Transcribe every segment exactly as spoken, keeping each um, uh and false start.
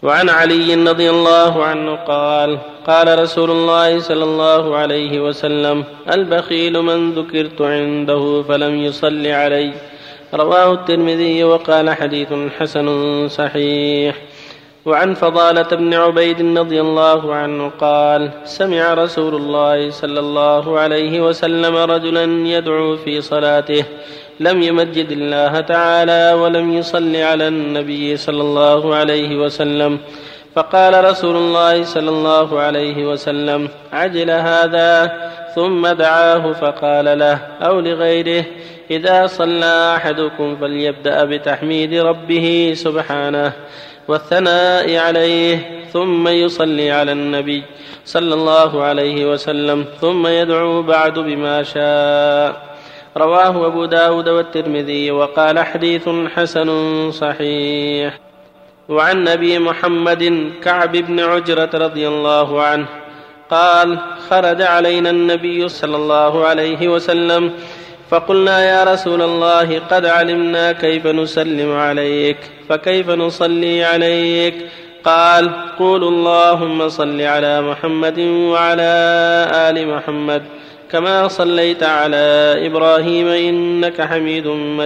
وعن علي رضي الله عنه قال قال رسول الله صلى الله عليه وسلم البخيل من ذكرت عنده فلم يصل علي. رواه الترمذي وقال حديث حسن صحيح. وعن فضالة بن عبيد رضي الله عنه قال سمع رسول الله صلى الله عليه وسلم رجلا يدعو في صلاته لم يمجد الله تعالى ولم يصل على النبي صلى الله عليه وسلم، فقال رسول الله صلى الله عليه وسلم عجل هذا، ثم دعاه فقال له أو لغيره إذا صلى أحدكم فليبدأ بتحميد ربه سبحانه والثناء عليه ثم يصلي على النبي صلى الله عليه وسلم ثم يدعو بعد بما شاء. رواه أبو داود والترمذي وقال حديث حسن صحيح. وعن أبي محمد كعب بن عجرة رضي الله عنه قال خرج علينا النبي صلى الله عليه وسلم فقلنا يا رسول الله قد علمنا كيف نسلم عليك فكيف نصلي عليك؟ قال قولوا اللهم صل على محمد وعلى آل محمد كما صليت على إبراهيم إنك حميد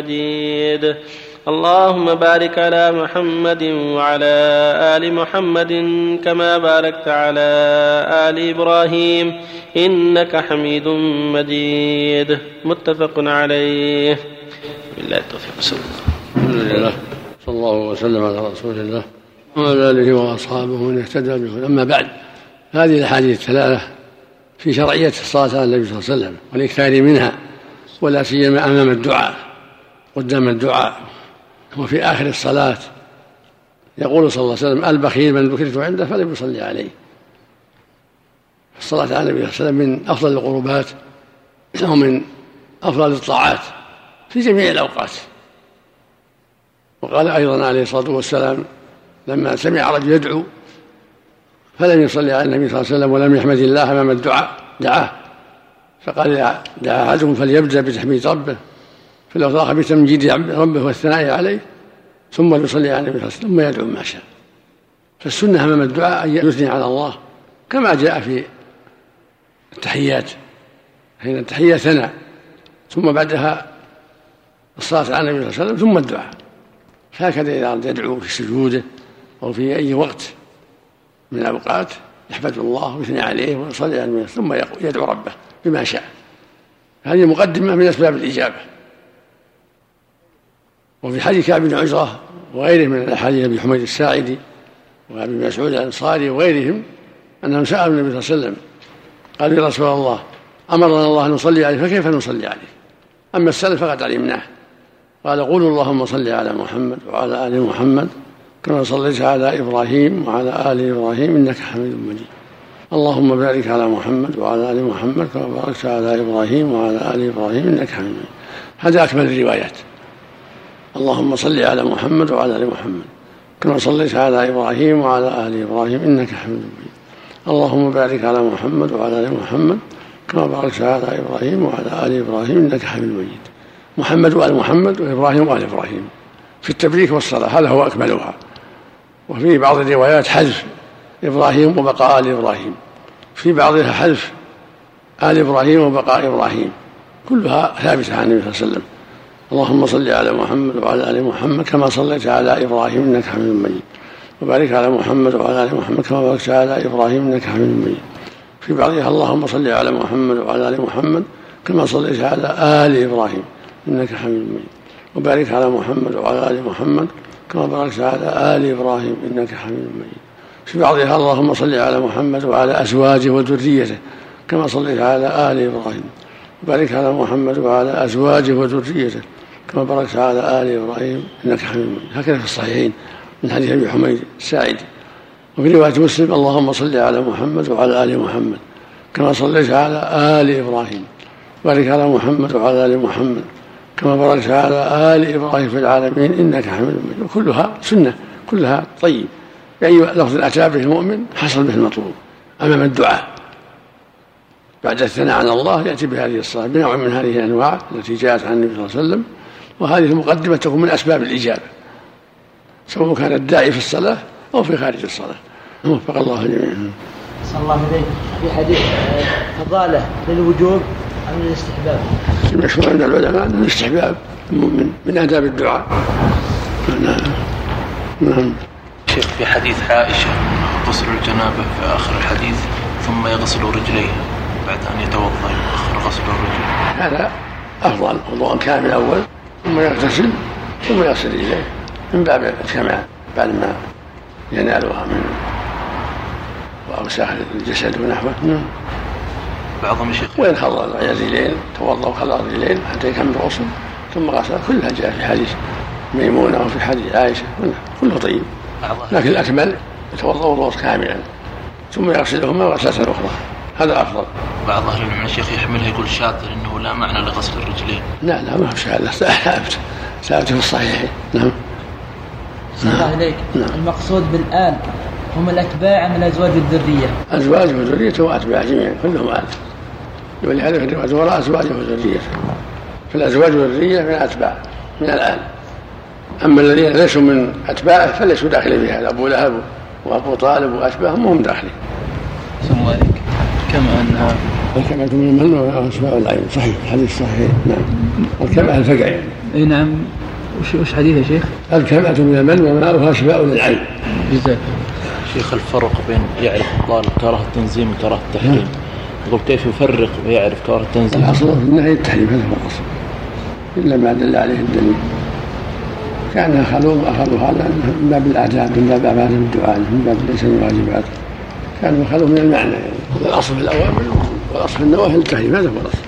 مجيد، اللهم بارك على محمد وعلى آل محمد كما باركت على آل إبراهيم إنك حميد مجيد. متفق عليه. بالله التوفيق. الحمد لله صلى الله وسلم على رسول الله وعلى آله وأصحابه من اهتدى به. أما بعد، هذه الأحاديث الثلاثة في شرعية الصلاة على النبي صلى الله عليه وسلم والإكثار منها، ولا سيما أمام الدعاء قدام الدعاء وفي آخر الصلاة. يقول صلى الله عليه وسلم البخيل من ذكرت عنده فلم يصلي عليه. الصلاة على النبي صلى الله عليه وسلم من أفضل القربات ومن أفضل الطاعات في جميع الأوقات. وقال أيضا عليه الصلاة والسلام لما سمع رجل يدعو فلم يصلي على النبي صلى الله عليه وسلم ولم يحمد الله أمام الدعاء دعاه، فقال دعا أحدكم فليبدأ بتحميد ربه في الأخلاق بتمجيد ربه والثناء عليه ثم يصلي على النبي صلى الله عليه وسلم ثم يدعو ما شاء. فالسنة أمام الدعاء أن يثني على الله كما جاء في التحيات، حين التحية ثناء ثم بعدها الصلاة على النبي صلى الله عليه وسلم ثم الدعاء. هكذا إذا أراد يدعو في سجوده أو في أي وقت من الأوقات يحمد الله ويثني عليه ويصلي على النبي ثم يدعو ربه بما شاء. هذه مقدمة من أسباب الإجابة. وفي حديث كعب بن عجرة وغيره من الأحاديث أبي حميد الساعدي وأبي مسعود الأنصاري وغيرهم أنهم سألوا النبي صلى الله عليه وسلم قالوا يا رسول الله أمرنا الله أن نصلي عليه فكيف نصلي عليه؟ أما السلف فقد علمناه. قال قولوا اللهم صل على محمد وعلى آل محمد كما صليت على إبراهيم وعلى آل إبراهيم إنك حميد مجيد، اللهم بارك على محمد وعلى آل محمد كما باركت على إبراهيم وعلى آل إبراهيم إنك حميد مجيد. هذا أكمل الروايات. اللهم صل على محمد وعلى آل محمد كما صليت على إبراهيم وعلى آل إبراهيم إنك حميد مجيد، اللهم بارك على محمد وعلى آل محمد كما باركت على إبراهيم وعلى آل إبراهيم إنك حميد مجيد. محمد وآل محمد وإبراهيم وآل إبراهيم في التبريك والصلاة، هذا هو أكملها. وفي بعض الروايات حذف إبراهيم وبقاء آل إبراهيم، في بعضها حذف آل إبراهيم وبقاء إبراهيم، كلها ثابتة عن النبي صلى الله عليه وسلم. اللهم صل على محمد وعلى آل محمد كما صليت على إبراهيم إنك حميد مجيد، وبارك على محمد وعلى آل محمد كما باركت على إبراهيم إنك حميد مجيد. في بعضها اللهم صل على محمد وعلى آل محمد كما صليت على آل إبراهيم إنك حميد مجيد، وبارك على محمد وعلى آل محمد كما باركت على آل إبراهيم إنك حميد مجيد. في بعضها اللهم صل على محمد وعلى أزواجه وذريته كما صليت على آل إبراهيم، وبارك على محمد وعلى أزواجه وذريته كما باركت على آل إبراهيم إنك حميد مجيد. هكذا في الصحيحين من حديث أبي حميد الساعدي. وفي رواية مسلم اللهم صل على محمد وعلى آل محمد كما صليت على آل إبراهيم، وبارك على محمد وعلى آل محمد كما باركت على آل إبراهيم في العالمين إنك حميد مجيد. وكلها سنة، كلها طيب، أي لفظ أتى به المؤمن حصل به المطلوب أمام الدعاء. بعد الثناء على الله يأتي بهذه الصلاة بنوع من هذه الأنواع التي جاءت عن النبي صلى الله عليه وسلم، وهذه المقدمة تكون من أسباب الإجابة، سواء كان الداعي في الصلاة أو في خارج الصلاة. وفق الله جميعا. صلى الله عليه في حديث فضالة للوجوب أم للاستحباب؟ المشهور عند العلماء الاستحباب من, من آداب الدعاء. نعم. نعم. شيخ في حديث عائشة غسل الجنابة في آخر الحديث ثم يغسل رجليه بعد أن يتوضأ يؤخر غسل الرجل، هذا أفضل، وضوء كامل أول ثم يغتسل ثم يغسل رجليه من باب الكمال بعد ما ينالها من وأوساخ الجسد ونحوه. بعضهم شيخ وإن خلط رجلين توضأ وخلط رجلين حتى يكمل الغسل ثم غسل، كلها جاء في حديث ميمونة وفي حديث عائشة، كله طيب، لكن الأكمل يتوضأ وضوء كاملا ثم يغسلهما غسلة أخرى، هذا أفضل. بعض أهل العلم الشيخ يحملها يقول شاذ لأنه لا معنى لغسل الرجلين. لا لا ما هو شاذ، ثابت ثابت في الصحيح. نعم. صلى الله عليك. نعم. المقصود بالآل هم الأتباع من الأزواج والذرية. أزواجه وذريته وأتباع جميعا كلهم آل، ولهذا في الرواية وراء أزواجه وذريته، فالأزواج والذرية من الأتباع من الآل، أما الذين ليسوا من أتباعه فليسوا داخلين في هذا، أبو لهب وأبو طالب وأتباعهم هم داخلين. صلى الله عليك. كما أنها الكمأة من المن وشفاء العين، صحيح الحديث صحيح. نعم. الكمأة الفقع يعني. اي نعم. وش وش حديث يا شيخ؟ الكمأة من المن وماؤها شفاء للعين. جزاك شيخ. الفرق بين يعرف الله كراهة التنزيم وكراهة التحريم، يقول كيف يفرق ويعرف كراهة التنزيم؟ الأصل في النهي التحريم، هذا هو الأصل إلا ما دل عليه الدليل. كأنها خلوه أخذوا هذا من باب الآداب، من باب أعمال الدعاء، من باب ليس من الواجبات، كانوا خلوه من المعنى يعني. الأصل في الأوامر والأصل في النواهي التحريم، هذا هو الأصل.